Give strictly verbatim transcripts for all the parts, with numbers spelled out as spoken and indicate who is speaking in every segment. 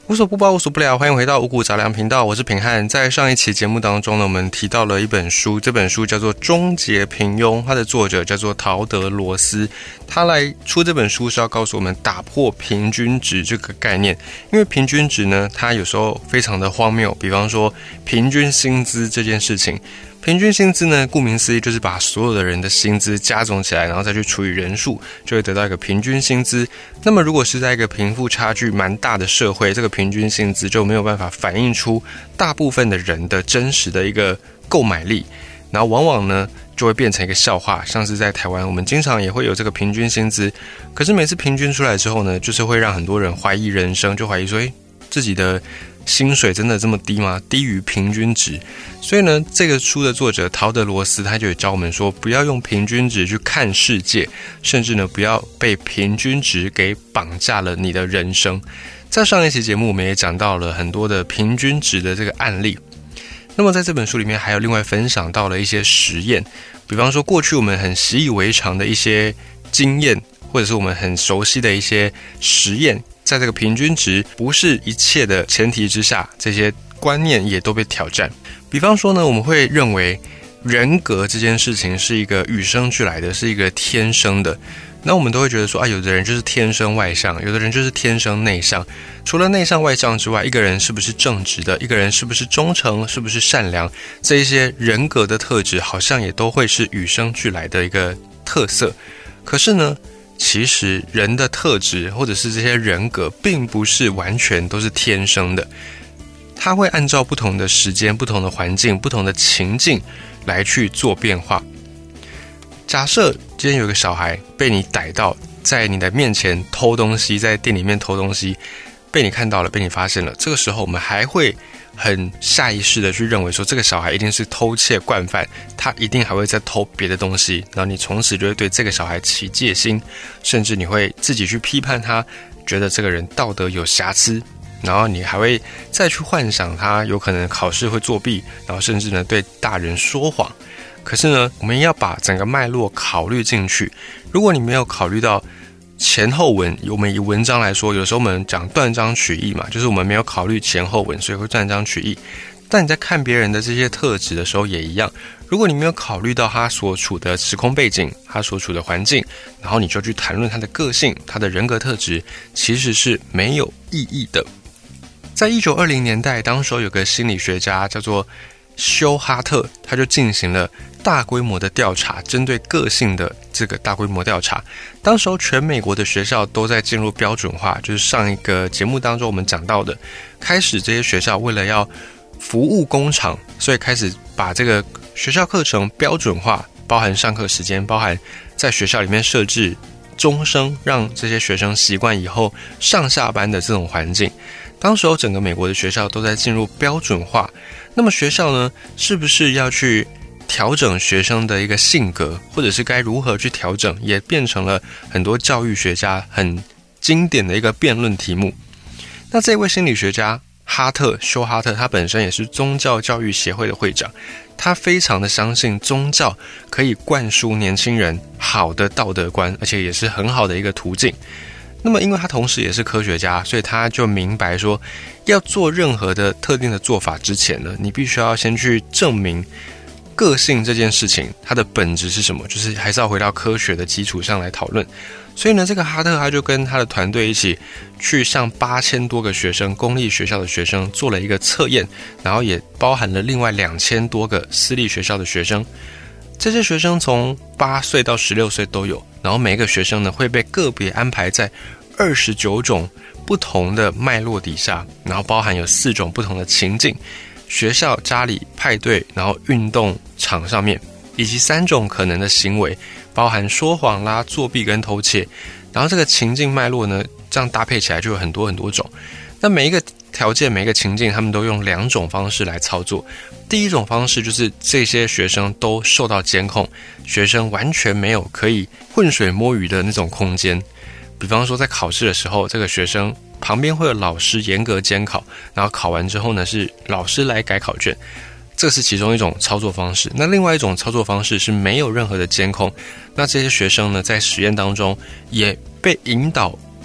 Speaker 1: 无所不包，无所不聊，欢迎回到五谷杂粮频道，我是品汉。在上一期节目当中呢，我们提到了一本书，这本书叫做《终结平庸》，它的作者叫做陶德罗斯。他来出这本书是要告诉我们打破平均值这个概念，因为平均值呢，它有时候非常的荒谬。比方说平均薪资这件事情，平均薪资呢，顾名思义就是把所有的人的薪资加总起来，然后再去除以人数，就会得到一个平均薪资。那么如果是在一个贫富差距蛮大的社会，这个平均薪资就没有办法反映出大部分的人的真实的一个购买力，然后往往呢就会变成一个笑话。像是在台湾，我们经常也会有这个平均薪资，可是每次平均出来之后呢，就是会让很多人怀疑人生，就怀疑说，诶，自己的薪水真的这么低吗？低于平均值。所以呢，这个书的作者陶德罗斯他就教我们说，不要用平均值去看世界，甚至呢不要被平均值给绑架了你的人生。在上一期节目我们也讲到了很多的平均值的这个案例，那么在这本书里面还有另外分享到了一些实验，比方说过去我们很习以为常的一些经验，或者是我们很熟悉的一些实验，在这个平均值不是一切的前提之下，这些观念也都被挑战。比方说呢，我们会认为人格这件事情是一个与生俱来的，是一个天生的。那我们都会觉得说啊，有的人就是天生外向，有的人就是天生内向。除了内向外向之外，一个人是不是正直的，一个人是不是忠诚，是不是善良，这一些人格的特质好像也都会是与生俱来的一个特色。可是呢，其实人的特质或者是这些人格并不是完全都是天生的，它会按照不同的时间、不同的环境、不同的情境来去做变化。假设今天有个小孩被你逮到在你的面前偷东西，在店里面偷东西，被你看到了，被你发现了，这个时候我们还会很下意识的去认为说，这个小孩一定是偷窃惯犯，他一定还会再偷别的东西，然后你从此就会对这个小孩起戒心，甚至你会自己去批判他，觉得这个人道德有瑕疵，然后你还会再去幻想他有可能考试会作弊，然后甚至呢对大人说谎。可是呢，我们要把整个脉络考虑进去。如果你没有考虑到前后文，我们以文章来说，有时候我们讲断章取义嘛，就是我们没有考虑前后文，所以会断章取义。但你在看别人的这些特质的时候也一样，如果你没有考虑到他所处的时空背景，他所处的环境，然后你就去谈论他的个性，他的人格特质，其实是没有意义的。在一九二零年代，当时有个心理学家叫做休哈特，他就进行了大规模的调查，针对个性的这个大规模调查。当时全美国的学校都在进入标准化，就是上一个节目当中我们讲到的，开始这些学校为了要服务工厂，所以开始把这个学校课程标准化，包含上课时间，包含在学校里面设置钟声，让这些学生习惯以后上下班的这种环境。当时整个美国的学校都在进入标准化，那么学校呢，是不是要去调整学生的一个性格，或者是该如何去调整，也变成了很多教育学家很经典的一个辩论题目。那这位心理学家哈特，休哈特，他本身也是宗教教育协会的会长，他非常的相信宗教可以灌输年轻人好的道德观，而且也是很好的一个途径。那么因为他同时也是科学家，所以他就明白说，要做任何的特定的做法之前呢，你必须要先去证明个性这件事情它的本质是什么，就是还是要回到科学的基础上来讨论。所以呢，这个哈特他就跟他的团队一起去向八千多个学生，公立学校的学生做了一个测验，然后也包含了另外两千多个私立学校的学生。这些学生从八岁到十六岁都有，然后每一个学生呢会被个别安排在二十九种不同的脉络底下，然后包含有四种不同的情境，学校、家里、派对，然后运动场上面，以及三种可能的行为，包含说谎啦、作弊跟偷窃。然后这个情境脉络呢，这样搭配起来就有很多很多种。那每一个条件、每一个情境，他们都用两种方式来操作。第一种方式就是这些学生都受到监控，学生完全没有可以浑水摸鱼的那种空间。比方说在考试的时候，这个学生旁边会有老师严格监考，然后考完之后呢，是老师来改考卷，这是其中一种操作方式。那另外一种操作方式是没有任何的监控，那这些学生呢，在实验当中也被引导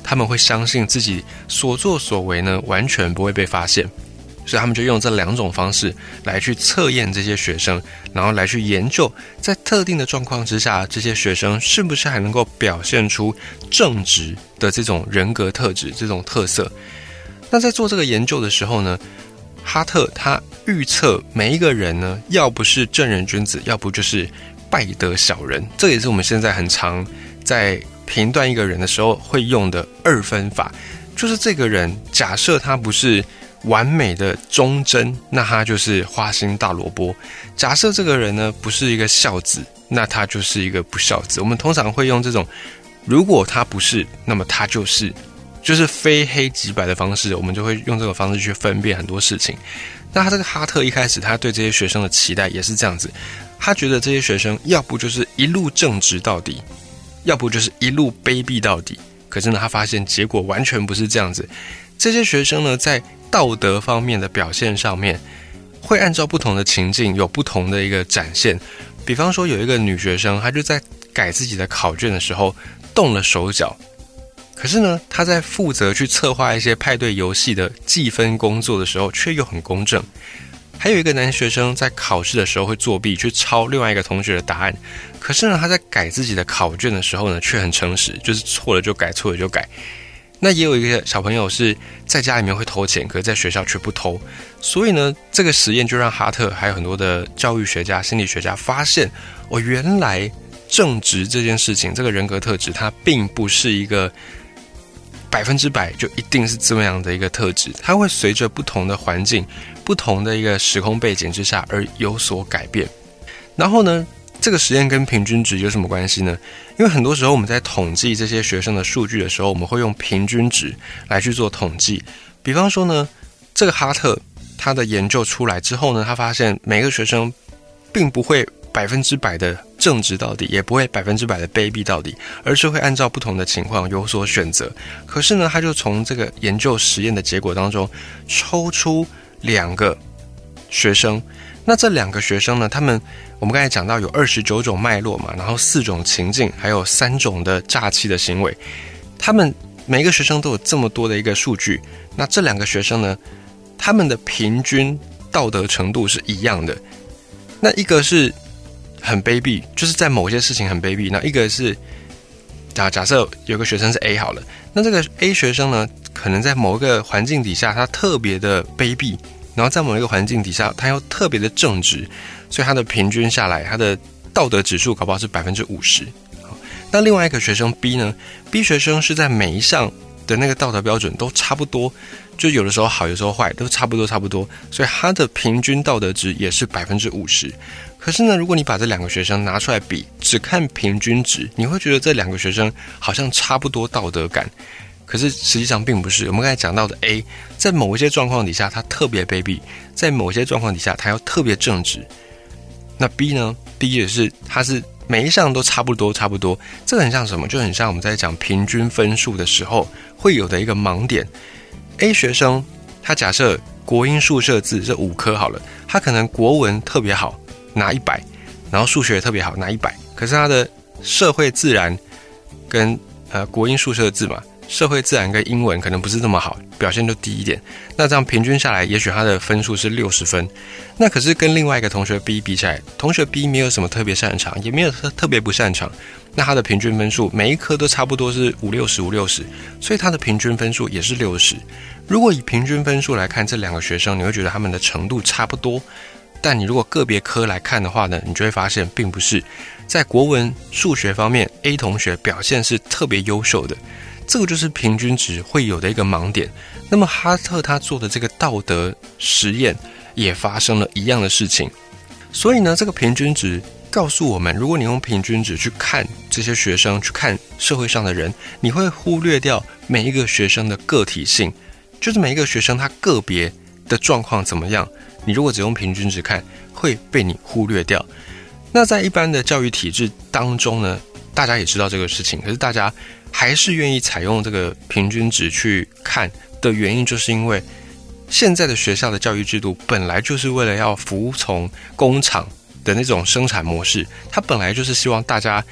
Speaker 1: 他们会相信自己所作所为呢完全不会被发现，所以他们就用这两种方式来去测验这些学生，然后来去研究在特定的状况之下，这些学生是不是还能够表现出正直的这种人格特质，这种特色。那在做这个研究的时候呢，哈特他预测每一个人呢，要不是正人君子，要不就是败德小人。这也是我们现在很常在评断一个人的时候会用的二分法，就是这个人假设他不是完美的忠贞，那他就是花心大萝卜；假设这个人呢不是一个孝子，那他就是一个不孝子。我们通常会用这种如果他不是，那么他就是就是非黑即白的方式，我们就会用这个方式去分辨很多事情。那他这个哈特一开始他对这些学生的期待也是这样子，他觉得这些学生要不就是一路正直到底，要不就是一路卑鄙到底。可是呢，他发现结果完全不是这样子。这些学生呢，在道德方面的表现上面，会按照不同的情境有不同的一个展现。比方说，有一个女学生，她就在改自己的考卷的时候动了手脚。可是呢，他在负责去策划一些派对游戏的计分工作的时候，却又很公正。还有一个男学生在考试的时候会作弊，去抄另外一个同学的答案。可是呢，他在改自己的考卷的时候呢，却很诚实，就是错了就改，错了就改。那也有一个小朋友是在家里面会偷钱，可是在学校却不偷。所以呢，这个实验就让哈特还有很多的教育学家、心理学家发现，哦，原来正直这件事情，这个人格特质，它并不是一个百分之百就一定是这么样的一个特质，它会随着不同的环境、不同的一个时空背景之下而有所改变。然后呢，这个实验跟平均值有什么关系呢？因为很多时候我们在统计这些学生的数据的时候，我们会用平均值来去做统计。比方说呢，这个哈特他的研究出来之后呢，他发现每个学生并不会百分之百的正直到底，也不会百分之百的卑鄙到底，而是会按照不同的情况有所选择。可是呢，他就从这个研究实验的结果当中抽出两个学生。那这两个学生呢，他们我们刚才讲到有二十九种脉络嘛，然后四种情境，还有三种的诈欺的行为。他们每一个学生都有这么多的一个数据，那这两个学生呢，他们的平均道德程度是一样的。那一个是很卑鄙，就是在某些事情很卑鄙，那一个是假假设有个学生是 A 好了，那这个 A 学生呢，可能在某一个环境底下他特别的卑鄙，然后在某一个环境底下他又特别的正直，所以他的平均下来，他的道德指数搞不好是 百分之五十。 那另外一个学生 B 呢， B 学生是在每一项的那个道德标准都差不多，就有的时候好，有时候坏，都差不多差不多，所以他的平均道德值也是 百分之五十。 可是呢，如果你把这两个学生拿出来比，只看平均值，你会觉得这两个学生好像差不多道德感，可是实际上并不是。我们刚才讲到的 A， 在某一些状况底下他特别卑鄙，在某些状况底下他要特别正直。那 B 呢， B 也是，他是每一项都差不多差不多。这个很像什么？就很像我们在讲平均分数的时候会有的一个盲点。 A 学生他假设国英数社自这五科好了，他可能国文特别好拿一百，然后数学特别好拿一百，可是他的社会自然跟呃国英数社自嘛，社会自然跟英文可能不是这么好，表现就低一点。那这样平均下来，也许他的分数是六十分。那可是跟另外一个同学 B 比起来，同学 B 没有什么特别擅长，也没有特别不擅长，那他的平均分数每一科都差不多是五六十五六十，所以他的平均分数也是六十。如果以平均分数来看这两个学生，你会觉得他们的程度差不多。但你如果个别科来看的话呢，你就会发现并不是。在国文、数学方面 ，A 同学表现是特别优秀的，这个就是平均值会有的一个盲点。那么哈特他做的这个道德实验也发生了一样的事情。所以呢，这个平均值告诉我们，如果你用平均值去看这些学生，去看社会上的人，你会忽略掉每一个学生的个体性，就是每一个学生他个别的状况怎么样，你如果只用平均值看，会被你忽略掉。那在一般的教育体制当中呢，大家也知道这个事情，可是大家还是愿意采用这个平均值去看的原因，就是因为现在的学校的教育制度本来就是为了要服从工厂的那种生产模式，它本来就是希望大家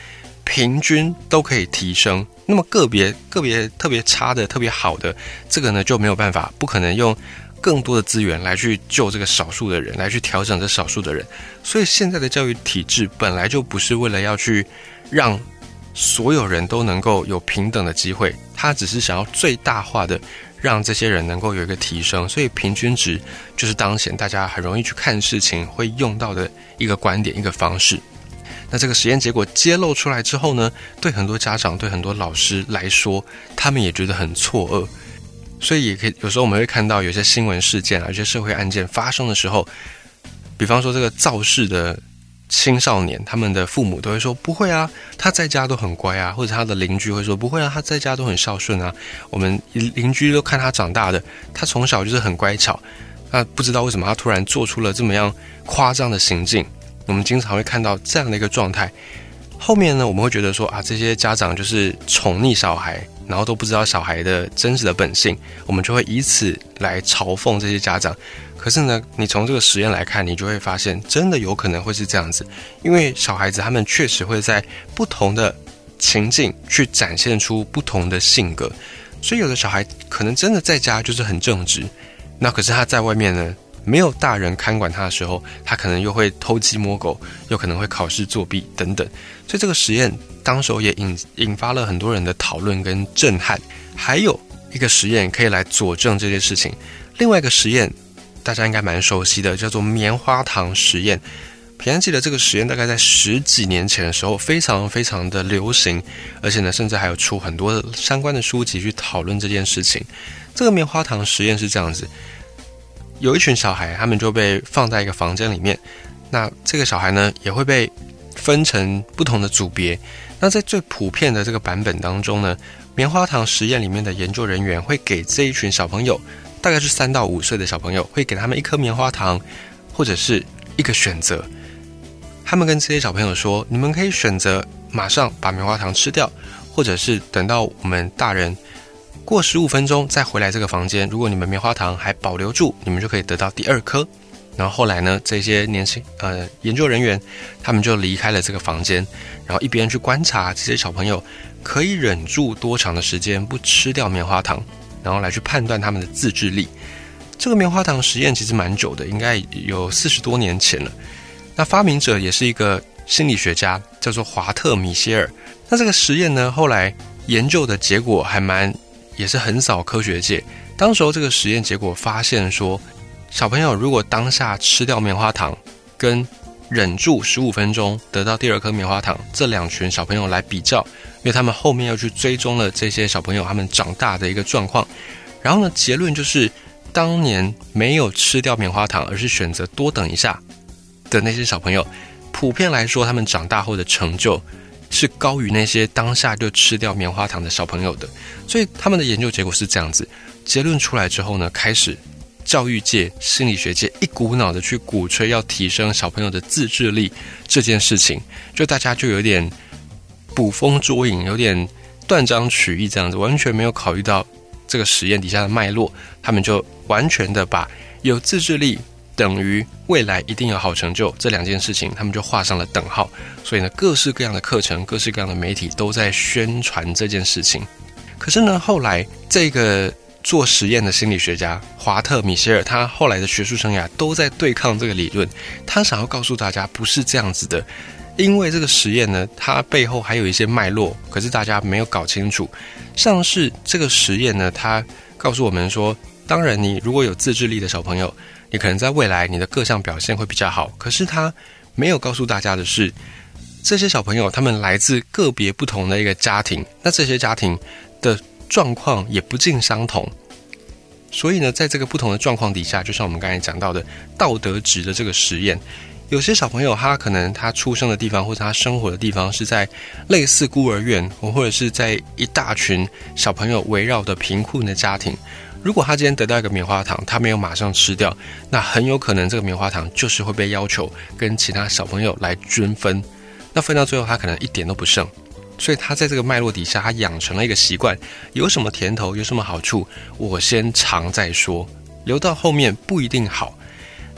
Speaker 1: 平均都可以提升。那么个别个别特别差的、特别好的，这个呢就没有办法，不可能用更多的资源来去救这个少数的人，来去调整这少数的人。所以现在的教育体制本来就不是为了要去让所有人都能够有平等的机会，它只是想要最大化的让这些人能够有一个提升。所以平均值就是当前大家很容易去看事情会用到的一个观点、一个方式。那这个实验结果揭露出来之后呢，对很多家长、对很多老师来说，他们也觉得很错愕。所以也可以有时候我们会看到有些新闻事件啊，有些社会案件发生的时候，比方说这个肇事的青少年，他们的父母都会说不会啊，他在家都很乖啊，或者他的邻居会说不会啊，他在家都很孝顺啊，我们邻居都看他长大的，他从小就是很乖巧，那不知道为什么他突然做出了这么样夸张的行径。我们经常会看到这样的一个状态。后面呢，我们会觉得说啊，这些家长就是宠溺小孩，然后都不知道小孩的真实的本性，我们就会以此来嘲讽这些家长。可是呢，你从这个实验来看，你就会发现真的有可能会是这样子，因为小孩子他们确实会在不同的情境去展现出不同的性格，所以有的小孩可能真的在家就是很正直，那可是他在外面呢，没有大人看管他的时候，他可能又会偷鸡摸狗，又可能会考试作弊等等。所以这个实验当时也 引, 引发了很多人的讨论跟震撼。还有一个实验可以来佐证这件事情，另外一个实验大家应该蛮熟悉的，叫做棉花糖实验。平安记得这个实验大概在十几年前的时候非常非常的流行，而且呢甚至还有出很多的相关的书籍去讨论这件事情。这个棉花糖实验是这样子，有一群小孩，他们就被放在一个房间里面，那这个小孩呢也会被分成不同的组别。那在最普遍的这个版本当中呢，棉花糖实验里面的研究人员会给这一群小朋友，大概是三到五岁的小朋友，会给他们一颗棉花糖或者是一个选择。他们跟这些小朋友说，你们可以选择马上把棉花糖吃掉，或者是等到我们大人过十五分钟再回来这个房间，如果你们棉花糖还保留住，你们就可以得到第二颗。然后后来呢，这些年轻呃研究人员他们就离开了这个房间，然后一边去观察这些小朋友可以忍住多长的时间不吃掉棉花糖，然后来去判断他们的自制力。这个棉花糖实验其实蛮久的，应该有四十多年前了。那发明者也是一个心理学家，叫做华特米歇尔。那这个实验呢，后来研究的结果还蛮也是横扫科学界。当时候这个实验结果发现说，小朋友如果当下吃掉棉花糖，跟忍住十五分钟得到第二颗棉花糖，这两群小朋友来比较，因为他们后面又去追踪了这些小朋友他们长大的一个状况。然后呢，结论就是当年没有吃掉棉花糖，而是选择多等一下的那些小朋友，普遍来说他们长大后的成就是高于那些当下就吃掉棉花糖的小朋友的。所以他们的研究结果是这样子，结论出来之后呢，开始教育界、心理学界一股脑的去鼓吹要提升小朋友的自制力这件事情，就大家就有点捕风捉影，有点断章取义这样子，完全没有考虑到这个实验底下的脉络，他们就完全的把有自制力等于未来一定有好成就这两件事情，他们就画上了等号。所以呢，各式各样的课程、各式各样的媒体都在宣传这件事情。可是呢，后来这个做实验的心理学家华特米歇尔，他后来的学术生涯都在对抗这个理论。他想要告诉大家不是这样子的，因为这个实验呢，它背后还有一些脉络，可是大家没有搞清楚。像是这个实验呢，它告诉我们说，当然你如果有自制力的小朋友，你可能在未来你的各项表现会比较好。可是他没有告诉大家的是，这些小朋友他们来自个别不同的一个家庭，那这些家庭的状况也不尽相同。所以呢，在这个不同的状况底下，就像我们刚才讲到的道德值的这个实验，有些小朋友他可能他出生的地方或者他生活的地方是在类似孤儿院，或者是在一大群小朋友围绕的贫困的家庭。如果他今天得到一个棉花糖，他没有马上吃掉，那很有可能这个棉花糖就是会被要求跟其他小朋友来均分，那分到最后他可能一点都不剩。所以他在这个脉络底下，他养成了一个习惯，有什么甜头，有什么好处，我先尝再说，留到后面不一定好。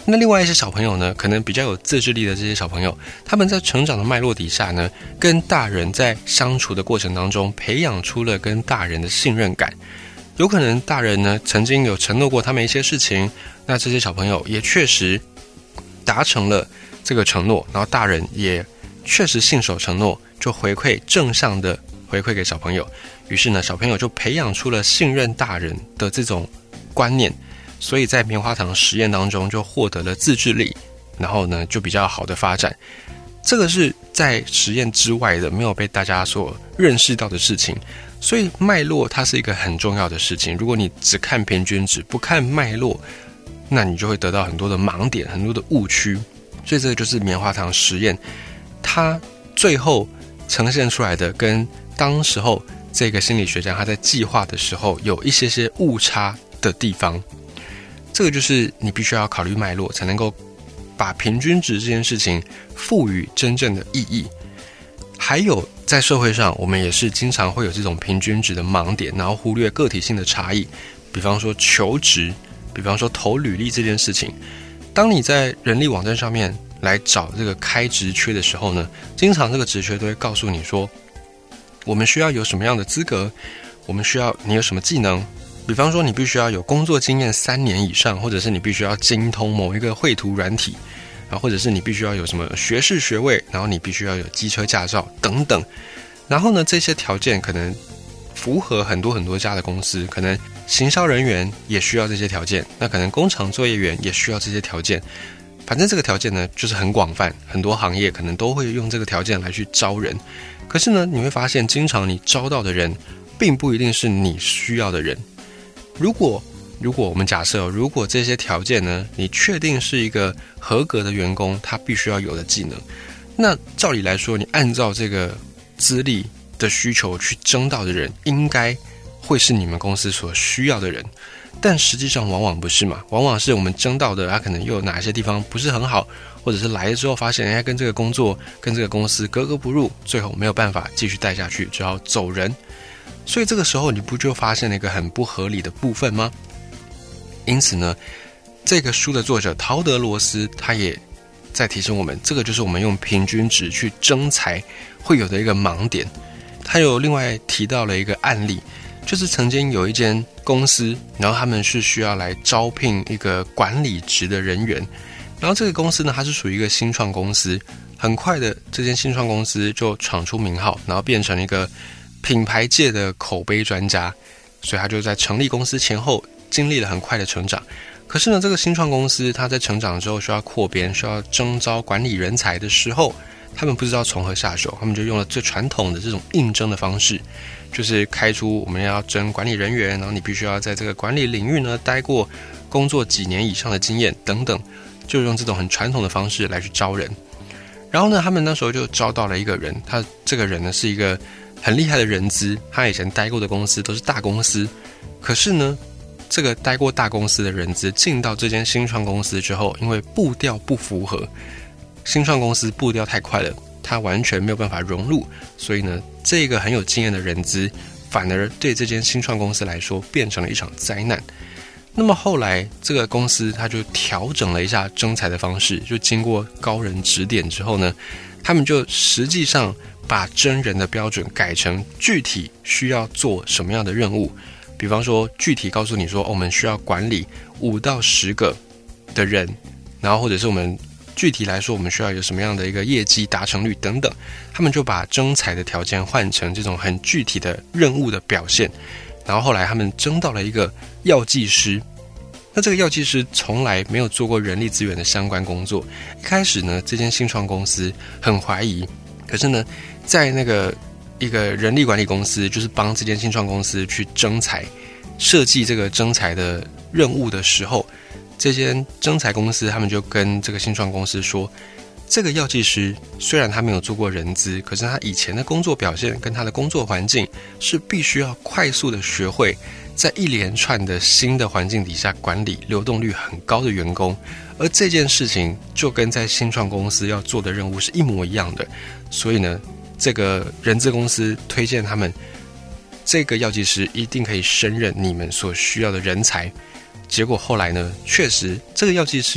Speaker 1: 那另外一些小朋友呢，可能比较有自制力的这些小朋友，他们在成长的脉络底下呢，跟大人在相处的过程当中，培养出了跟大人的信任感。有可能大人呢曾经有承诺过他们一些事情，那这些小朋友也确实达成了这个承诺，然后大人也确实信守承诺，就回馈正向的回馈给小朋友。于是呢，小朋友就培养出了信任大人的这种观念，所以在棉花糖实验当中就获得了自制力，然后呢就比较好的发展。这个是在实验之外的，没有被大家所认识到的事情。所以脉络它是一个很重要的事情，如果你只看平均值不看脉络，那你就会得到很多的盲点，很多的误区。所以这个就是棉花糖实验它最后呈现出来的跟当时候这个心理学家他在计划的时候有一些些误差的地方。这个就是你必须要考虑脉络，才能够把平均值这件事情赋予真正的意义。还有在社会上，我们也是经常会有这种平均值的盲点，然后忽略个体性的差异。比方说求职，比方说投履历这件事情，当你在人力网站上面来找这个开职缺的时候呢，经常这个职缺都会告诉你说，我们需要有什么样的资格，我们需要你有什么技能。比方说你必须要有工作经验三年以上，或者是你必须要精通某一个绘图软体，或者是你必须要有什么学士学位，然后你必须要有机车驾照等等。然后呢，这些条件可能符合很多很多家的公司，可能行销人员也需要这些条件，那可能工厂作业员也需要这些条件。反正这个条件呢就是很广泛，很多行业可能都会用这个条件来去招人。可是呢，你会发现经常你招到的人并不一定是你需要的人。如果如果我们假设，如果这些条件呢，你确定是一个合格的员工他必须要有的技能，那照理来说，你按照这个资历的需求去征到的人，应该会是你们公司所需要的人。但实际上往往不是嘛，往往是我们征到的他可能又有哪些地方不是很好，或者是来了之后发现人家跟这个工作跟这个公司格格不入，最后没有办法继续带下去，只好走人。所以这个时候你不就发现了一个很不合理的部分吗？因此呢，这个书的作者陶德罗斯他也在提醒我们，这个就是我们用平均值去征才会有的一个盲点。他有另外提到了一个案例，就是曾经有一间公司，然后他们是需要来招聘一个管理职的人员，然后这个公司呢，它是属于一个新创公司，很快的这间新创公司就闯出名号，然后变成一个品牌界的口碑专家，所以他就在成立公司前后经历了很快的成长。可是呢，这个新创公司它在成长之后需要扩编，需要征招管理人才的时候，他们不知道从何下手，他们就用了最传统的这种应征的方式，就是开出我们要征管理人员，然后你必须要在这个管理领域呢待过工作几年以上的经验等等，就用这种很传统的方式来去招人。然后呢，他们那时候就招到了一个人，他这个人呢是一个很厉害的人资，他以前待过的公司都是大公司，可是呢，这个待过大公司的人资进到这间新创公司之后，因为步调不符合，新创公司步调太快了，他完全没有办法融入，所以呢，这个很有经验的人资反而对这间新创公司来说变成了一场灾难。那么后来这个公司他就调整了一下征才的方式，就经过高人指点之后呢，他们就实际上把征人的标准改成具体需要做什么样的任务。比方说具体告诉你说、哦、我们需要管理五到十个的人，然后或者是我们具体来说我们需要有什么样的一个业绩达成率等等，他们就把征才的条件换成这种很具体的任务的表现。然后后来他们征到了一个药剂师，那这个药剂师从来没有做过人力资源的相关工作。一开始呢，这间新创公司很怀疑，可是呢，在那个一个人力管理公司，就是帮这间新创公司去征才、设计这个征才的任务的时候，这间征才公司他们就跟这个新创公司说，这个药剂师虽然他没有做过人资，可是他以前的工作表现跟他的工作环境是必须要快速的学会在一连串的新的环境底下管理流动率很高的员工，而这件事情就跟在新创公司要做的任务是一模一样的。所以呢，这个人资公司推荐他们，这个药剂师一定可以胜任你们所需要的人才。结果后来呢，确实这个药剂师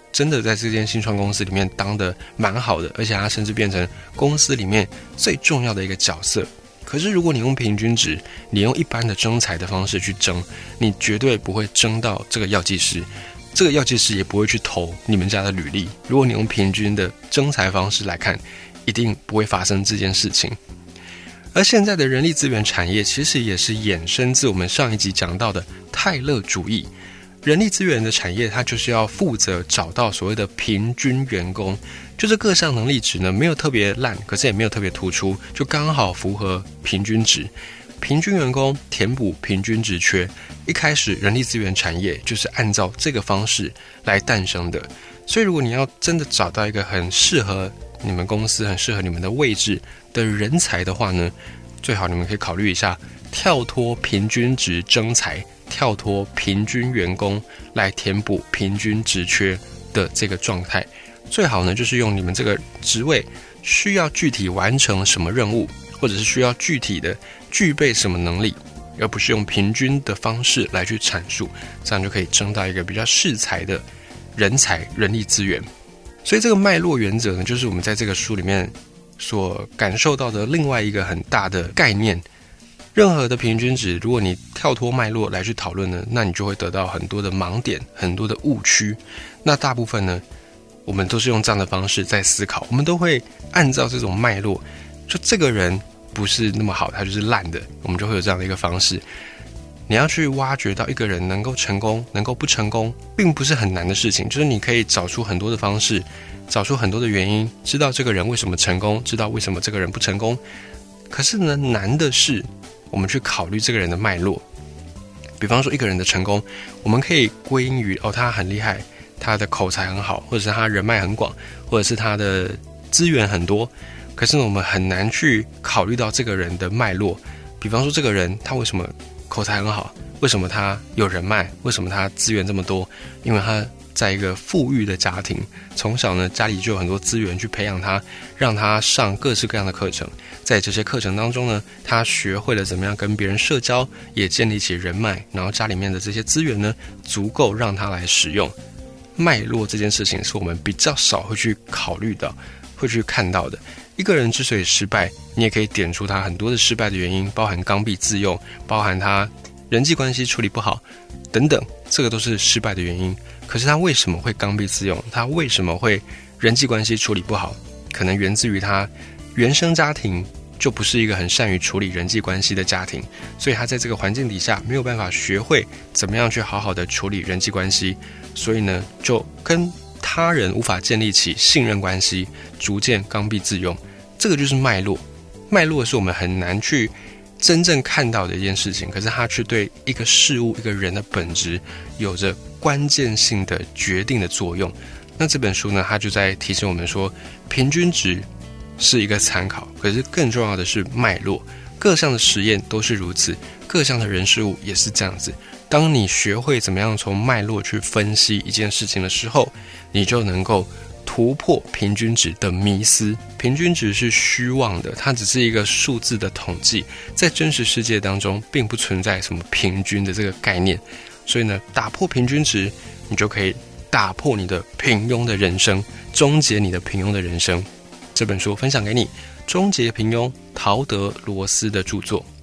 Speaker 1: 真的在这间新创公司里面当得蛮好的，而且他甚至变成公司里面最重要的一个角色。可是如果你用平均值，你用一般的征才的方式去征，你绝对不会征到这个药剂师，这个药剂师也不会去投你们家的履历。如果你用平均的征才方式来看，一定不会发生这件事情。而现在的人力资源产业其实也是衍生自我们上一集讲到的泰勒主义。人力资源的产业，它就是要负责找到所谓的平均员工，就是各项能力值呢没有特别烂，可是也没有特别突出，就刚好符合平均值。平均员工填补平均职缺，一开始人力资源产业就是按照这个方式来诞生的。所以如果你要真的找到一个很适合你们公司、很适合你们的位置的人才的话呢，最好你们可以考虑一下跳脱平均值征才，跳脱平均员工来填补平均职缺的这个状态。最好呢就是用你们这个职位需要具体完成什么任务，或者是需要具体的具备什么能力，而不是用平均的方式来去阐述，这样就可以争到一个比较适才的人才人力资源。所以这个脉络原则呢，就是我们在这个书里面所感受到的另外一个很大的概念。任何的平均值，如果你跳脱脉络来去讨论呢，那你就会得到很多的盲点，很多的误区。那大部分呢，我们都是用这样的方式在思考，我们都会按照这种脉络，就这个人不是那么好，他就是烂的，我们就会有这样的一个方式。你要去挖掘到一个人能够成功，能够不成功，并不是很难的事情，就是你可以找出很多的方式，找出很多的原因，知道这个人为什么成功，知道为什么这个人不成功。可是呢，难的是我们去考虑这个人的脉络。比方说一个人的成功，我们可以归因于哦，他很厉害，他的口才很好，或者是他人脉很广，或者是他的资源很多。可是呢，我们很难去考虑到这个人的脉络。比方说这个人他为什么口才很好，为什么他有人脉，为什么他资源这么多？因为他在一个富裕的家庭，从小呢家里就有很多资源去培养他，让他上各式各样的课程。在这些课程当中呢，他学会了怎么样跟别人社交，也建立起人脉，然后家里面的这些资源呢，足够让他来使用。脉络这件事情是我们比较少会去考虑到，会去看到的。一个人之所以失败，你也可以点出他很多的失败的原因，包含刚愎自用，包含他人际关系处理不好等等，这个都是失败的原因。可是他为什么会刚愎自用，他为什么会人际关系处理不好，可能源自于他原生家庭就不是一个很善于处理人际关系的家庭，所以他在这个环境底下没有办法学会怎么样去好好的处理人际关系，所以呢就跟他人无法建立起信任关系，逐渐刚愎自用。这个就是脉络。脉络是我们很难去真正看到的一件事情，可是它却对一个事物一个人的本质有着关键性的决定的作用。那这本书呢，它就在提醒我们说，平均值是一个参考，可是更重要的是脉络。各项的实验都是如此，各项的人事物也是这样子。当你学会怎么样从脉络去分析一件事情的时候，你就能够突破平均值的迷思。平均值是虚妄的，它只是一个数字的统计，在真实世界当中并不存在什么平均的这个概念。所以呢，打破平均值，你就可以打破你的平庸的人生，终结你的平庸的人生。这本书分享给你，终结平庸，陶德罗斯的著作。